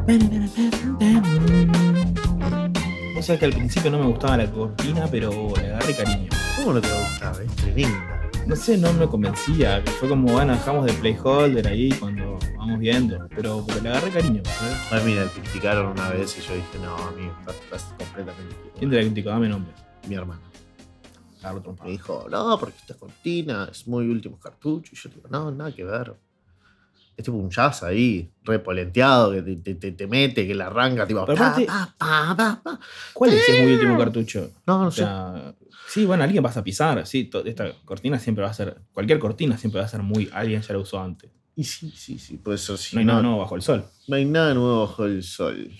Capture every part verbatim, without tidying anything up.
Vos sabés que al principio no me gustaba la cortina, pero le agarré cariño. ¿Cómo no te gustaba? Es tremenda. No sé, no me convencía. Fue como, bueno, dejamos de playholder ahí cuando vamos viendo. Pero, pero le agarré cariño, ¿sabes? Ay, mira, criticaron una vez y yo dije, no, amigo, estás, estás completamente equivocado. ¿Quién te la criticó? Dame nombre. Mi hermano. Agarro trompa. Me dijo, no, porque esta cortina es muy últimos cartuchos. Y yo digo, no, nada que ver. Es tipo un jazz ahí, repolenteado, que te, te, te, te mete, que la arranca, tipo. Pero Pa, aparte, pa, pa, pa, pa. ¿cuál es ese muy último cartucho? No, no O sé. sea, sí, bueno, alguien vas a pisar. Sí, to- esta cortina siempre va a ser. Cualquier cortina siempre va a ser muy. Alguien ya la usó antes. Y sí, sí, sí, puede ser. Sí, No hay nada nuevo bajo el sol. No hay nada nuevo bajo el sol.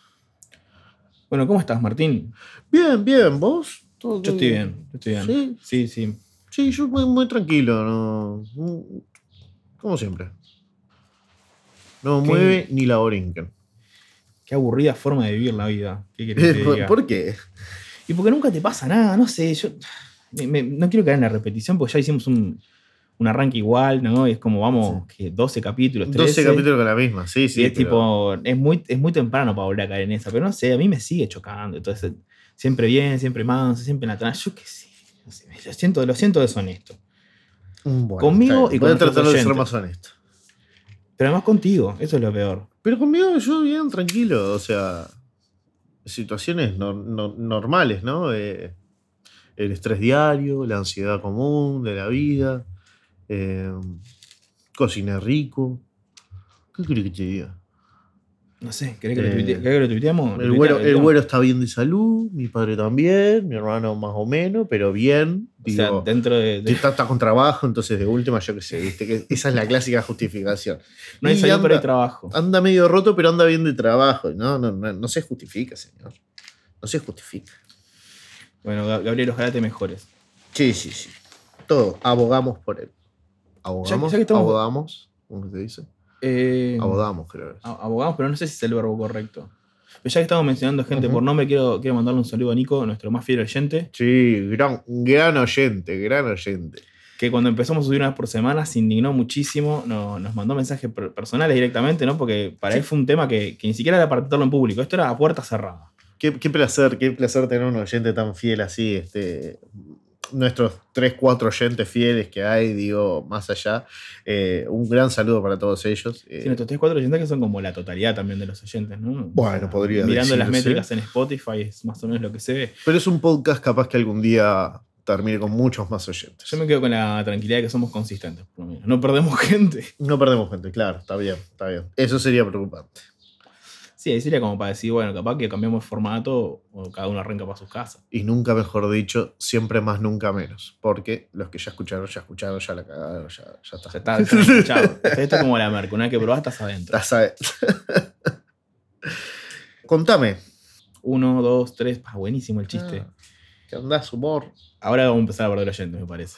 Bueno, ¿cómo estás, Martín? Bien, bien, ¿vos? ¿Todo Yo estoy bien, yo estoy bien. ¿Sí? Sí, sí. Sí, yo muy, muy tranquilo, no. Como siempre. No me ¿Qué? mueve ni la orinca. Qué aburrida forma de vivir la vida. ¿Qué querés que te ¿Por, diga? ¿Por qué? Y porque nunca te pasa nada, no sé. Yo me- me- no quiero caer en la repetición porque ya hicimos un, un arranque igual, ¿no? Y es como, vamos, que doce capítulos, trece. doce capítulos con la misma, sí, sí. Y es pero- tipo, es muy, es muy temprano para volver a caer en esa. Pero no sé, a mí me sigue chocando. Entonces, siempre bien, siempre manso, siempre natural. Yo qué sé. No sé, lo siento, lo siento deshonesto. Bueno, Conmigo está bien. y Voy con a tratar de nuestros ser oyentes. más honesto. Pero además contigo, eso es lo peor. Pero conmigo yo bien, tranquilo, o sea, situaciones no- no- normales, ¿no? Eh, el estrés diario, la ansiedad común de la vida, eh, cocinar rico. ¿Qué querés que te diga? No sé, ¿querés que, lo, Eh, tuite- ¿querés que lo tuiteemos? El ¿Lo güero, tuitea- lo el tuiteamos? güero está bien de salud, mi padre también, mi hermano más o menos, pero bien. O sea, Digo, dentro de... de- está, está con trabajo, entonces de última, yo qué sé, ¿viste? Que esa es la clásica justificación. no hay Y salud, anda- pero hay trabajo. Anda medio roto, pero anda bien de trabajo. No, no, no, no se justifica, señor. No se justifica. Bueno, Ga- Gabriel, ojalá te mejores. Sí, sí, sí. Todo. Abogamos por él. Abogamos. Ya que estamos- Abogamos. ¿Cómo se dice? Eh, Abogamos, creo. a- Abogamos, pero no sé si es el verbo correcto. Pero ya que estamos mencionando gente Ujú. por nombre, quiero, quiero mandarle un saludo a Nico, nuestro más fiel oyente, Sí, gran, gran oyente, gran oyente. que cuando empezamos a subir una vez por semana se indignó muchísimo, no- nos mandó mensajes per- personales directamente, ¿no? Porque para Sí. él fue un tema que, que ni siquiera era para tratarlo en público, esto era a puerta cerrada. Qué, qué placer, qué placer tener un oyente tan fiel así. Este, nuestros tres, cuatro oyentes fieles que hay, digo, más allá. Eh, un gran saludo para todos ellos. Eh, Sí, nuestros tres, cuatro oyentes que son como la totalidad también de los oyentes, ¿no? Bueno, podría Mirando las decirse. métricas en Spotify es más o menos lo que se ve. pero es un podcast capaz que algún día termine con muchos más oyentes. Yo me quedo con la tranquilidad de que somos consistentes, por lo menos. No perdemos gente. No perdemos gente, claro, está bien, está bien. Eso sería preocupante. Sí, ahí sería como para decir, bueno, capaz que cambiamos de formato o cada uno arranca para sus casas. Y nunca mejor dicho, siempre más, nunca menos. Porque los que ya escucharon, ya escucharon, ya la cagaron, ya, ya está. Ya está, está escuchado. Esto es como la merca, una vez que probás estás adentro. Ya sabes. Contame. Uno, dos, tres, ah, buenísimo el chiste. Ah, ¿Qué andás, humor? Ahora vamos a empezar a perder oyentes, me parece.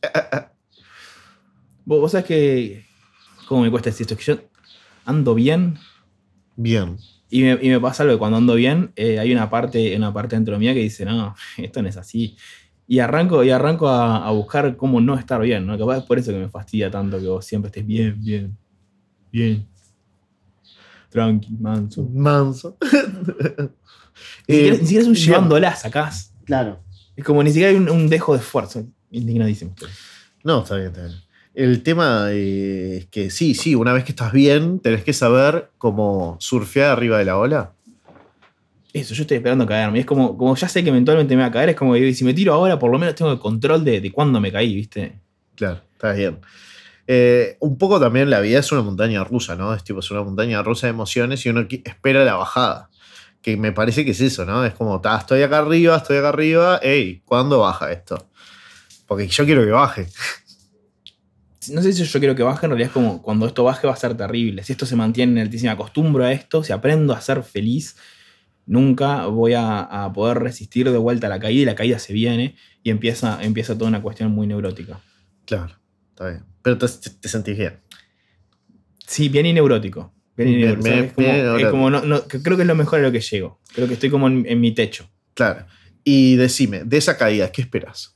Vos, vos sabés que, ¿cómo me cuesta decir esto? Es que yo ando bien Bien. y me, y me pasa algo que cuando ando bien eh, hay una parte, una parte dentro mía que dice, no, esto no es así. Y arranco, y arranco a, a buscar cómo no estar bien, ¿no? Capaz es por eso que me fastidia tanto que vos siempre estés bien, bien, bien. Tranqui, manso. Manso. Ni siquiera, Eh, ni siquiera es un bien. llevándola, sacás. Claro. Es como ni siquiera hay un, un dejo de esfuerzo. Indignadísimo. estoy. No, está bien, está bien. El tema eh, es que sí, sí, una vez que estás bien, tenés que saber cómo surfear arriba de la ola. Eso, yo estoy esperando caerme. Y es como, como ya sé que eventualmente me va a caer, es como que si me tiro ahora, por lo menos tengo el control de, de cuándo me caí, ¿viste? Claro, está bien. Eh, un poco también la vida es una montaña rusa, ¿no? Es tipo, es una montaña rusa de emociones y uno qui- espera la bajada. Que me parece que es eso, ¿no? Es como, "Ta, estoy acá arriba, estoy acá arriba, ey, ¿cuándo baja esto? Porque yo quiero que baje. No sé si yo quiero que baje, en realidad es como cuando esto baje va a ser terrible. Si esto se mantiene en el si me acostumbro a esto, si aprendo a ser feliz, nunca voy a, a poder resistir de vuelta a la caída y la caída se viene y empieza, empieza toda una cuestión muy neurótica. Claro, está bien. Pero te, te- te sentís bien. Sí, bien y neurótico. Bien y Bien, neurótico. bien, Es como, bien es neurótico. como no- no- que creo que es lo mejor a lo que llego. Creo que estoy como en, en mi techo. Claro. Y decime, de esa caída, ¿qué esperas?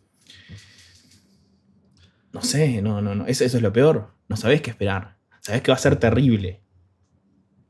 No sé, no, no, no. Eso, eso es lo peor. No sabés qué esperar. Sabés que va a ser terrible.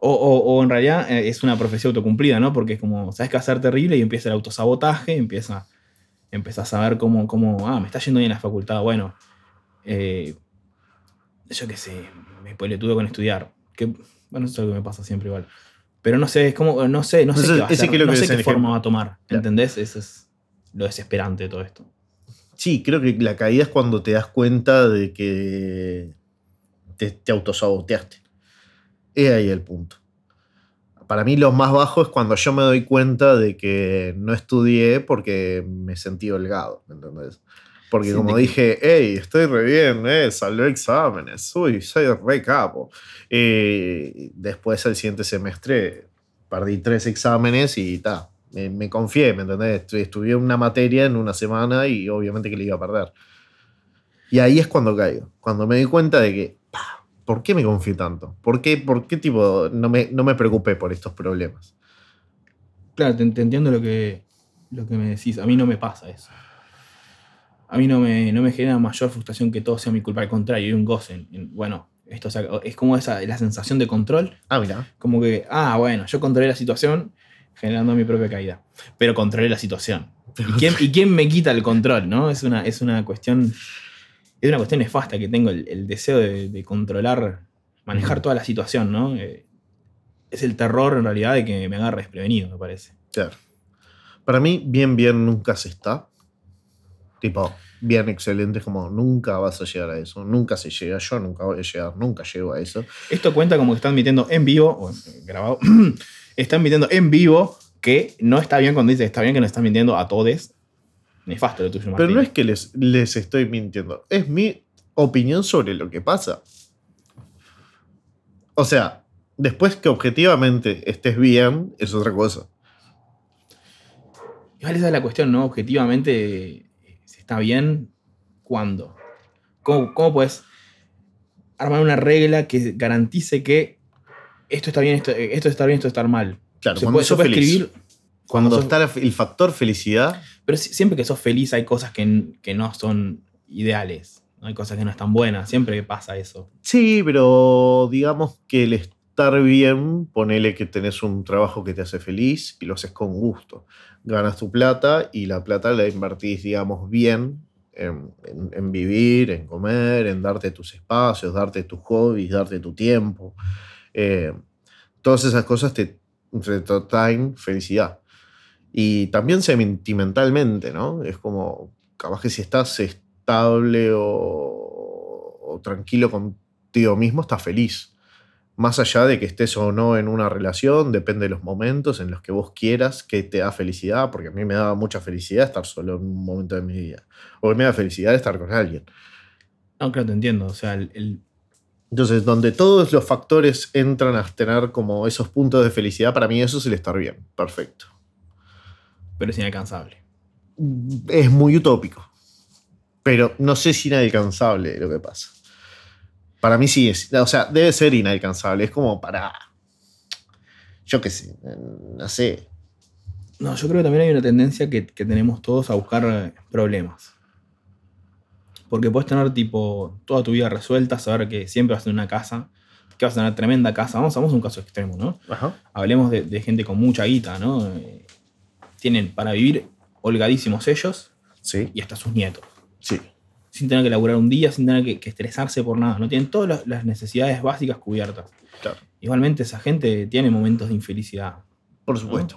O, o, o en realidad eh, es una profecía autocumplida, ¿no? Porque es como, sabes que va a ser terrible y empieza el autosabotaje, empieza, empiezas a ver cómo, cómo, ah, me está yendo bien la facultad, bueno, eh, yo qué sé, me pelotudo con estudiar. Que, bueno, eso es algo que me pasa siempre igual. Pero no sé, es como, no sé, no sé Ese- qué va a ese hacer, creo no que sé es qué el forma ejemplo. va a tomar, Claro. ¿entendés? Eso es lo desesperante de todo esto. Sí, creo que la caída es cuando te das cuenta de que te, te autosaboteaste. Es ahí el punto. Para mí lo más bajo es cuando yo me doy cuenta de que no estudié porque me sentí holgado, ¿me entendés? Porque Sí, como de que- dije, hey, estoy re bien, eh, salió exámenes, uy, soy re capo. Eh, después el siguiente semestre perdí tres exámenes y ta, me, me confié, ¿me entendés? Estu- Estudié una materia en una semana y obviamente que le iba a perder. Y ahí es cuando caigo, cuando me di cuenta de que, pa, ¿por qué me confié tanto? ¿Por qué, por qué tipo, no me, no me preocupé por estos problemas? Claro, te, te entiendo lo que, lo que me decís. A mí no me pasa eso. A mí no me, no me genera mayor frustración que todo sea mi culpa. Al contrario, hay un goce. En, en- bueno, esto o sea, es como esa, la sensación de control. Ah, mira. Como que, ah, bueno, yo controlé la situación generando mi propia caída. Pero controlé la situación. ¿Y quién, y quién me quita el control? ¿No? Es una, es una cuestión. Es una cuestión nefasta que tengo, el, el deseo de, de controlar, manejar toda la situación, ¿no? Eh, es el terror en realidad de que me agarre desprevenido, me parece. Claro. Para mí, bien, bien nunca se está. Tipo, bien excelente, es como nunca vas a llegar a eso. Nunca se llega. Yo nunca voy a llegar, nunca llego a eso. Esto cuenta como que están emitiendo en vivo, o grabado, están emitiendo en vivo que no está bien cuando dice está bien que nos están mintiendo a todos. Nefasto lo tuyo, Pero Martín. no es que les, les estoy mintiendo. Es mi opinión sobre lo que pasa. O sea, después que objetivamente estés bien, es otra cosa. Igual esa es la cuestión, ¿no? Objetivamente, si está bien, ¿cuándo? ¿Cómo, cómo puedes armar una regla que garantice que esto está bien, esto, esto está bien, esto está mal? Claro, Se cuando puede, se sos puede feliz. escribir Cuando, cuando sos, está la- el factor felicidad. pero si- siempre que sos feliz hay cosas que, que no son ideales, ¿no? Hay cosas que no están buenas, siempre pasa eso. Sí, pero digamos que el estar bien, ponele que tenés un trabajo que te hace feliz y lo haces con gusto. Ganas tu plata y la plata la invertís, digamos, bien en, en- en vivir, en comer, en darte tus espacios, darte tus hobbies, darte tu tiempo. Eh, todas esas cosas te, te traen felicidad. Y también sentimentalmente, ¿no? Es como, capaz que si estás estable o, o tranquilo contigo mismo, estás feliz. Más allá de que estés o no en una relación, depende de los momentos en los que vos quieras que te da felicidad, porque a mí me daba mucha felicidad estar solo en un momento de mi vida. O me da felicidad estar con alguien. No, claro, te entiendo. O sea, el, el- Entonces, donde todos los factores entran a tener como esos puntos de felicidad, para mí eso es el estar bien. Perfecto. pero es inalcanzable. Es muy utópico. Pero no sé si inalcanzable lo que pasa. Para mí sí es. O sea, debe ser inalcanzable. Es como para. Yo qué sé. No sé. No, yo creo que también hay una tendencia que, que tenemos todos a buscar eh, problemas. Porque puedes tener tipo toda tu vida resuelta, saber que siempre vas a tener una casa, que vas a tener tremenda casa. Vamos, vamos a un caso extremo, ¿no? Ajá. Hablemos de, de gente con mucha guita, ¿no? Eh, tienen para vivir holgadísimos ellos Sí. y hasta sus nietos. Sí. Sin tener que laburar un día, sin tener que, que estresarse por nada. No tienen todas las, las necesidades básicas cubiertas. Claro. Igualmente esa gente tiene momentos de infelicidad. Por supuesto.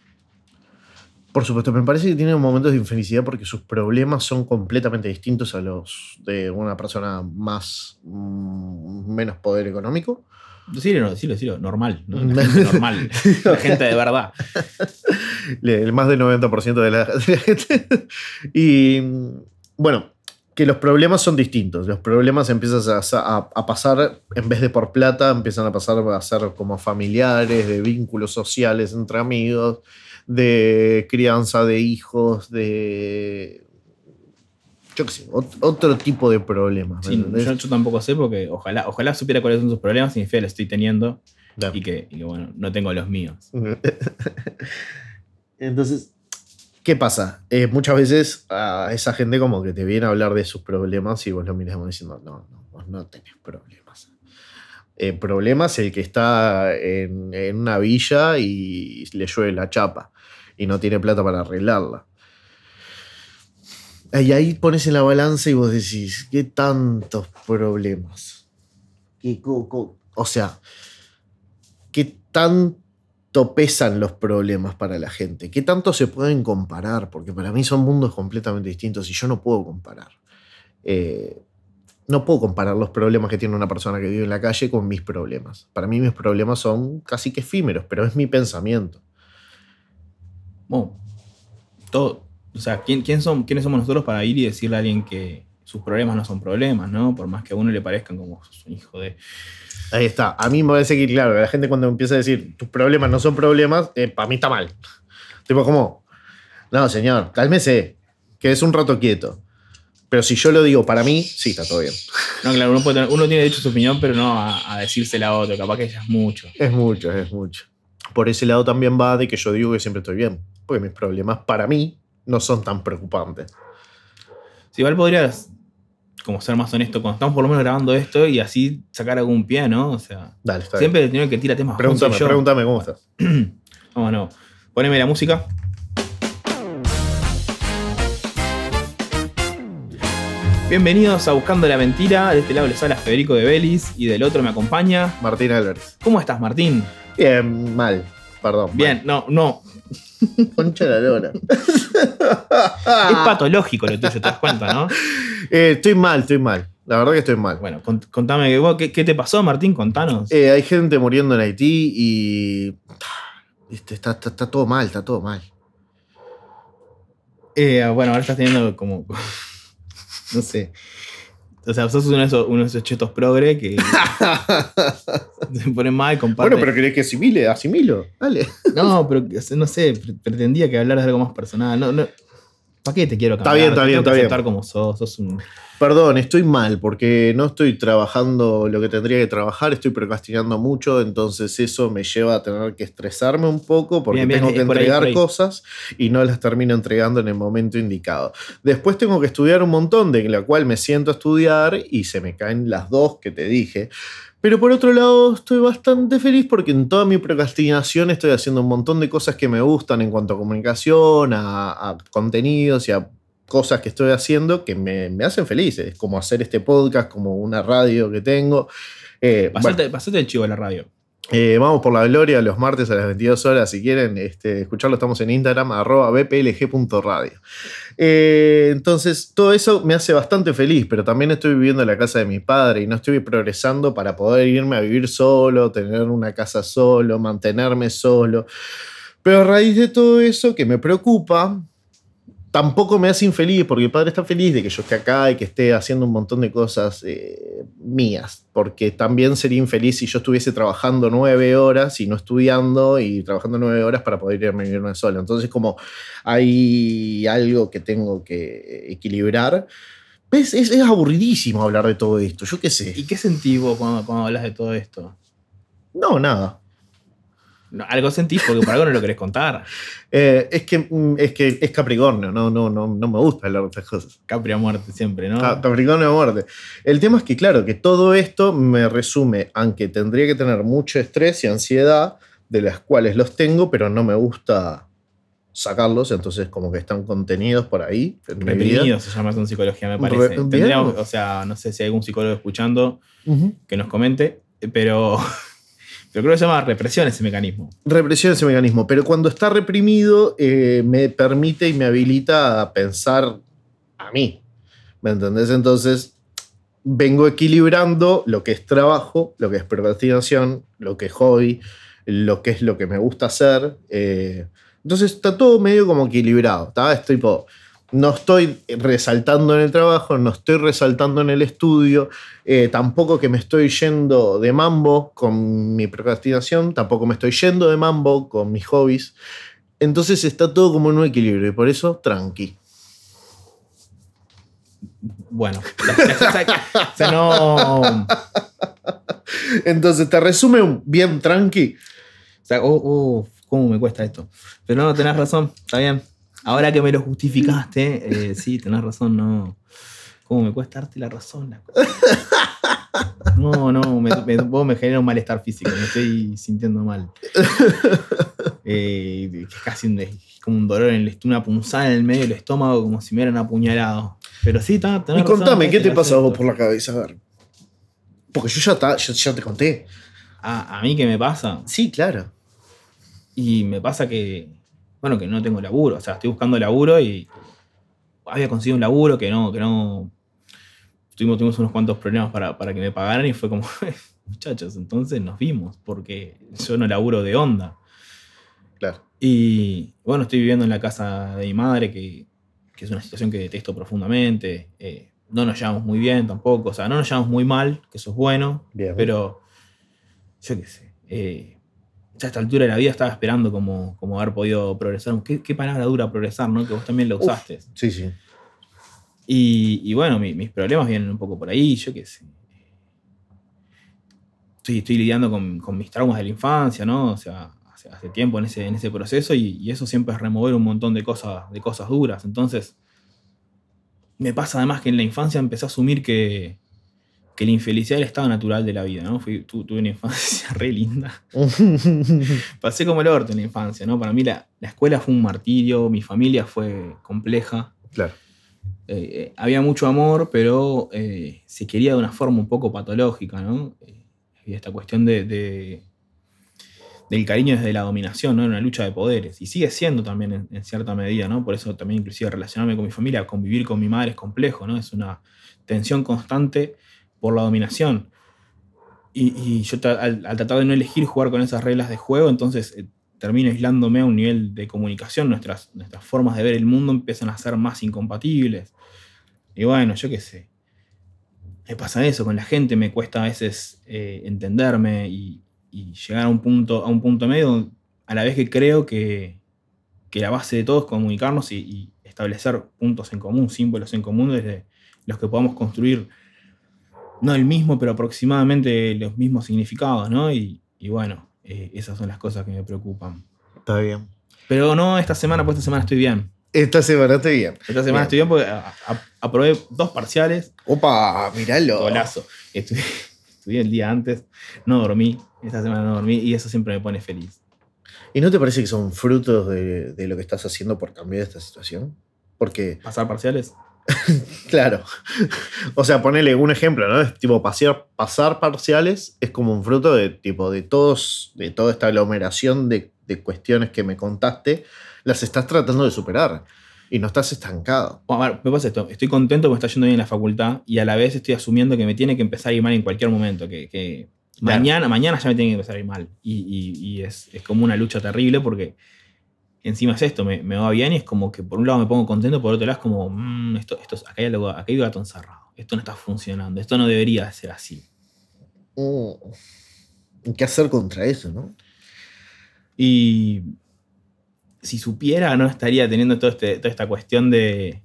Por supuesto, me parece que tienen momentos de infelicidad porque sus problemas son completamente distintos a los de una persona más. Mmm, menos poder económico. Decirlo, no, decirlo, decirlo, normal, ¿no? La gente normal, la gente de verdad. El más del noventa por ciento de la, de la gente. Y bueno, que los problemas son distintos. Los problemas empiezan a, a, a pasar, en vez de por plata, empiezan a pasar a ser como familiares, de vínculos sociales entre amigos, de crianza de hijos, de. Yo qué sé, ot- otro tipo de problemas. ¿me Sí, entendés? yo, yo tampoco sé porque ojalá, ojalá supiera cuáles son sus problemas y ni fe los estoy teniendo Claro. y que, y que, bueno, no tengo los míos. Entonces, ¿qué pasa? Eh, muchas veces a esa gente como que te viene a hablar de sus problemas y vos lo mirás como diciendo, no, no, vos no tenés problemas. Eh, problema es el que está en, en una villa y le llueve la chapa y no tiene plata para arreglarla. Y ahí pones en la balanza y vos decís, ¿qué tantos problemas? ¿Qué, co, co? O sea, ¿qué tanto pesan los problemas para la gente? ¿Qué tanto se pueden comparar? Porque para mí son mundos completamente distintos y yo no puedo comparar. Eh, no puedo comparar los problemas que tiene una persona que vive en la calle con mis problemas. Para mí mis problemas son casi que efímeros, pero es mi pensamiento. Bueno, todo, o sea, ¿quién, quién son, ¿quiénes somos nosotros para ir y decirle a alguien que sus problemas no son problemas, ¿no? Por más que a uno le parezcan como sos un hijo de... Ahí está. A mí me parece que, claro, la gente cuando empieza a decir tus problemas no son problemas, eh, para mí está mal. Tipo, como, no, señor, cálmese, quédese un rato quieto. Pero si yo lo digo para mí, sí, está todo bien. No, claro, uno, puede tener, uno tiene derecho a su opinión, pero no a, a decírsela a otro. Capaz que ya es mucho. Es mucho, es mucho. Por ese lado también va de que yo digo que siempre estoy bien. Porque mis problemas para mí no son tan preocupantes. Si igual podrías como ser más honesto cuando estamos por lo menos grabando esto y así sacar algún pie, ¿no? O sea, dale, está siempre bien. tiene que tirar temas. Pregúntame, pregúntame cómo estás. Vamos, no. Poneme la música. Bienvenidos a Buscando la Mentira. De este lado les habla Federico de Belis y del otro me acompaña Martín Álvarez. ¿Cómo estás, Martín? Bien, mal. Perdón. Bien, mal. no, no. Concha de la lora. Es patológico lo tuyo, te das cuenta, ¿no? Eh, estoy mal, estoy mal. La verdad que estoy mal. Bueno, cont- contame, ¿qué, ¿qué te pasó, Martín? Contanos. Eh, hay gente muriendo en Haití y... Este, está, está, está todo mal, está todo mal. Eh, bueno, ahora estás teniendo como... no sé. O sea, sos uno de esos, uno de esos chetos progre que se ponen mal, comparten. Bueno, pero querés que asimile, asimilo. Dale. No, pero no sé, pretendía que hablaras de algo más personal. No, no. ¿Para qué te quiero cambiar? Está bien, está Te bien, tengo que está bien. aceptar como sos, sos un... Perdón, estoy mal porque no estoy trabajando lo que tendría que trabajar, estoy procrastinando mucho, entonces eso me lleva a tener que estresarme un poco porque Bien, bien, tengo es que por ahí, entregar por ahí. cosas y no las termino entregando en el momento indicado. Después tengo que estudiar un montón, de la cual me siento a estudiar y se me caen las dos que te dije. Pero por otro lado estoy bastante feliz porque en toda mi procrastinación estoy haciendo un montón de cosas que me gustan en cuanto a comunicación, a, a contenidos y a cosas que estoy haciendo que me, me hacen felices, como hacer este podcast, como una radio que tengo. Eh, Pasate, bueno, pasate el chivo a la radio. eh, vamos por la gloria los martes a las veintidós horas, si quieren este, escucharlo estamos en Instagram, arroba b p l g punto radio. Eh, entonces todo eso me hace bastante feliz, pero también estoy viviendo en la casa de mi padre y no estoy progresando para poder irme a vivir solo, tener una casa solo, mantenerme solo. Pero a raíz de todo eso que me preocupa, tampoco me hace infeliz, porque mi padre está feliz de que yo esté acá y que esté haciendo un montón de cosas eh, mías, porque también sería infeliz si yo estuviese trabajando nueve horas y no estudiando y trabajando nueve horas para poder irme a vivirme solo. Entonces como hay algo que tengo que equilibrar. Es, es, es aburridísimo hablar de todo esto, yo qué sé. ¿Y qué sentís vos cuando, cuando hablas de todo esto? No, nada. No, algo sentís porque por algo no lo querés contar. Eh, es, que, es que es Capricornio, no, no, no, no me gusta hablar de estas cosas. Capri a muerte siempre, ¿no? Capricornio a muerte. El tema es que, claro, que todo esto me resume, aunque tendría que tener mucho estrés y ansiedad, de las cuales los tengo, pero no me gusta sacarlos, entonces como que están contenidos por ahí. En mi vida. Reprimidos se llama eso en psicología, me parece. Re- Tendríamos, bien. o sea, no sé si hay algún psicólogo escuchando Uh-huh. que nos comente, pero, pero creo que se llama represión ese mecanismo. Represión ese mecanismo, pero cuando está reprimido eh, me permite y me habilita a pensar a mí, ¿me entendés? Entonces vengo equilibrando lo que es trabajo, lo que es procrastinación, lo que es hobby, lo que es lo que me gusta hacer. Eh, entonces está todo medio como equilibrado. ¿Está? Estoy tipo, no estoy resaltando en el trabajo, no estoy resaltando en el estudio, eh, tampoco que me estoy yendo de mambo con mi procrastinación, tampoco me estoy yendo de mambo con mis hobbies. Entonces está todo como en un equilibrio y por eso tranqui. Bueno, o sea, no... Entonces te resume un bien tranqui. O sea, oh, oh, cómo me cuesta esto. Pero no, tenés razón, está bien. Ahora que me lo justificaste, eh, sí, tenés razón, no. cómo me cuesta darte la razón. La cosa. No, no, me, me, vos me genera un malestar físico, me estoy sintiendo mal. Eh, es casi un, es como un dolor en el estómago, una punzada en el medio del estómago, como si me hubieran apuñalado. Pero sí, está. Y contame, ¿qué te pasa a vos por la cabeza? A ver. Porque yo ya, ta, ya, ya te conté. ¿A, ¿A mí qué me pasa? Sí, claro. Y me pasa que, bueno, que no tengo laburo. O sea, estoy buscando laburo y había conseguido un laburo que no, que no. Tuvimos, tuvimos unos cuantos problemas para, para que me pagaran y fue como, muchachos, entonces nos vimos, porque yo no laburo de onda. Claro. Y bueno, estoy viviendo en la casa de mi madre, que, que es una situación que detesto profundamente. Eh, no nos llevamos muy bien tampoco, o sea, no nos llevamos muy mal, que eso es bueno, Bien. pero yo qué sé. Eh, ya a esta altura de la vida estaba esperando como, como haber podido progresar. ¿Qué, qué palabra dura progresar, ¿no? Que vos también la usaste. Uf, sí, sí. Y, y bueno, mi, mis problemas vienen un poco por ahí, yo qué sé. Estoy, estoy lidiando con, con mis traumas de la infancia, ¿no? O sea, hace, hace tiempo en ese, en ese proceso y, y eso siempre es remover un montón de cosas, de cosas duras. Entonces, me pasa además que en la infancia empecé a asumir que, que la infelicidad era el estado natural de la vida, ¿no? Fui, tu, tuve una infancia re linda. Pasé como el orto en la infancia, ¿no? Para mí la, la escuela fue un martirio, mi familia fue compleja. Claro. Eh, eh, había mucho amor, pero eh, se quería de una forma un poco patológica, ¿no? Eh, y esta cuestión de, de, del cariño desde la dominación, ¿no? Era una lucha de poderes. Y sigue siendo también en, en cierta medida, ¿no? Por eso también inclusive relacionarme con mi familia, convivir con mi madre es complejo, ¿no? Es una tensión constante por la dominación. Y, y yo al, al tratar de no elegir jugar con esas reglas de juego, entonces eh, termino aislándome a un nivel de comunicación. Nuestras, nuestras formas de ver el mundo empiezan a ser más incompatibles. Y bueno, yo qué sé. Me pasa eso con la gente, me cuesta a veces eh, entenderme y, y llegar a un punto, a un punto medio, a la vez que creo que, que la base de todo es comunicarnos y, y establecer puntos en común, símbolos en común desde los que podamos construir, no el mismo, pero aproximadamente los mismos significados, ¿no? Y, y bueno, eh, esas son las cosas que me preocupan. Está bien. Pero no esta semana, pues esta semana estoy bien. Esta semana estoy bien. Esta semana bien. estoy bien porque a, a, aprobé dos parciales. Opa, miralo. Golazo. Estudié, estudié el día antes, no dormí, esta semana no dormí y eso siempre me pone feliz. ¿Y no te parece que son frutos de, de lo que estás haciendo por cambiar esta situación? Porque... ¿Pasar parciales? Claro. O sea, ponele un ejemplo, ¿no? Es tipo pasar, pasar parciales es como un fruto de tipo de todos, de toda esta aglomeración de, de cuestiones que me contaste, las estás tratando de superar y no estás estancado. Bueno, a ver, me pasa esto, estoy contento porque me está yendo bien en la facultad y a la vez estoy asumiendo que me tiene que empezar a ir mal en cualquier momento, que, que claro. mañana, mañana ya me tiene que empezar a ir mal y, y, y es, es como una lucha terrible porque encima es esto, me, me va bien y es como que por un lado me pongo contento, por otro lado es como, mmm, esto, esto, acá, hay algo, acá hay gato encerrado, esto no está funcionando, esto no debería ser así. Mm. ¿Qué hacer contra eso, no? Y si supiera, no estaría teniendo todo este, toda esta cuestión de,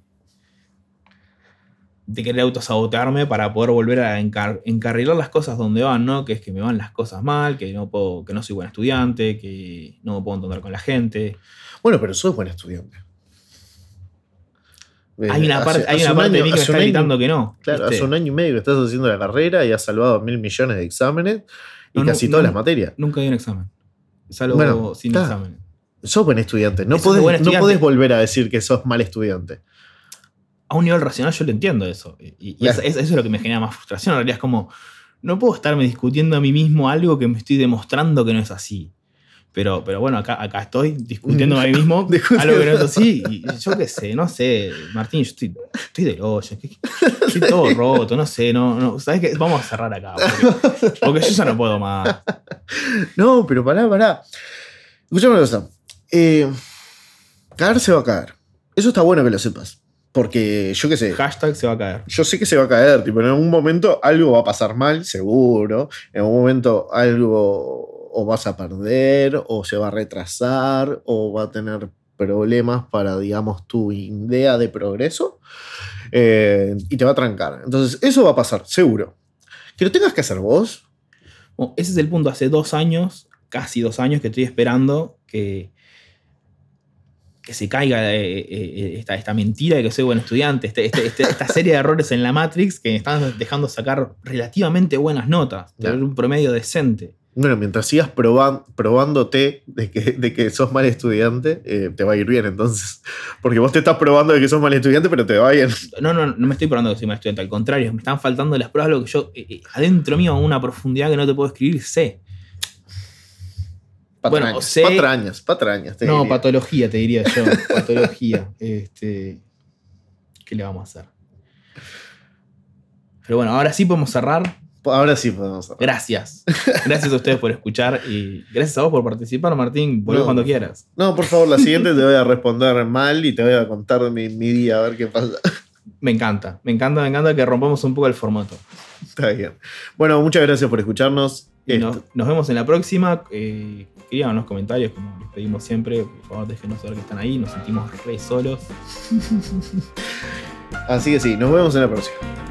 de querer autosabotearme para poder volver a encar, encarrilar las cosas donde van, ¿no? Que es que me van las cosas mal, que no, puedo, que no soy buen estudiante, que no me puedo entender con la gente. Bueno, pero sos buen estudiante. Hay una parte, hace, hay una parte año, de mí que me está gritando año, que no. Claro, ¿viste? Hace un año y medio que estás haciendo la carrera y has salvado mil millones de exámenes y no, casi no, todas no, las materias. Nunca di un examen. Salvo bueno, sin está. examen. Sos buen estudiante. No podés, buen estudiante. No podés volver a decir que sos mal estudiante. A un nivel racional yo lo entiendo eso. Y, y claro. eso, eso es lo que me genera más frustración. En realidad es como, no puedo estarme discutiendo a mí mismo algo que me estoy demostrando que no es así. Pero, pero bueno, acá, acá estoy discutiendo a mí mismo algo que no es así. Y yo qué sé, no sé, Martín, yo estoy, estoy del hoyo. Estoy todo roto, no sé. No, no, ¿sabes qué? Vamos a cerrar acá. Porque, porque yo ya no puedo más. No, pero pará, pará. Escuchame una cosa. Eh, caer se va a caer. Eso está bueno que lo sepas. Porque yo qué sé. Hashtag se va a caer. Yo sé que se va a caer. Tipo, en algún momento algo va a pasar mal, seguro. En algún momento algo o vas a perder, o se va a retrasar, o va a tener problemas para, digamos, tu idea de progreso. Eh, y te va a trancar. Entonces, eso va a pasar, seguro. Que lo tengas que hacer vos. Bueno, ese es el punto. Hace dos años, casi dos años, que estoy esperando que. que se caiga eh, eh, esta, esta mentira de que soy buen estudiante, este, este, este, esta serie de errores en la Matrix que me están dejando sacar relativamente buenas notas, tener Claro. un promedio decente. Bueno, mientras sigas proban- probándote de que, de que sos mal estudiante, eh, te va a ir bien entonces. Porque vos te estás probando de que sos mal estudiante, pero te va bien. No, no, no me estoy probando que soy mal estudiante, al contrario, me están faltando las pruebas, lo que yo, eh, eh, adentro mío, a una profundidad que no te puedo escribir, sé. Patrañas, Bueno, sé- patrañas, patrañas. te No, diría. patología, te diría yo. Patología. Este, ¿qué le vamos a hacer? Pero bueno, ahora sí podemos cerrar. Ahora sí podemos hablar. Gracias. Gracias a ustedes por escuchar y gracias a vos por participar, Martín. Volvé No, cuando por quieras. No, por favor, la siguiente te voy a responder mal y te voy a contar mi, mi día, a ver qué pasa. Me encanta, me encanta, me encanta que rompamos un poco el formato. Está bien. Bueno, muchas gracias por escucharnos. Y Esto- nos, nos vemos en la próxima. Eh, escriban en los comentarios, como les pedimos siempre. Por favor, déjenos saber que están ahí. Nos sentimos re solos. Así que sí, nos vemos en la próxima.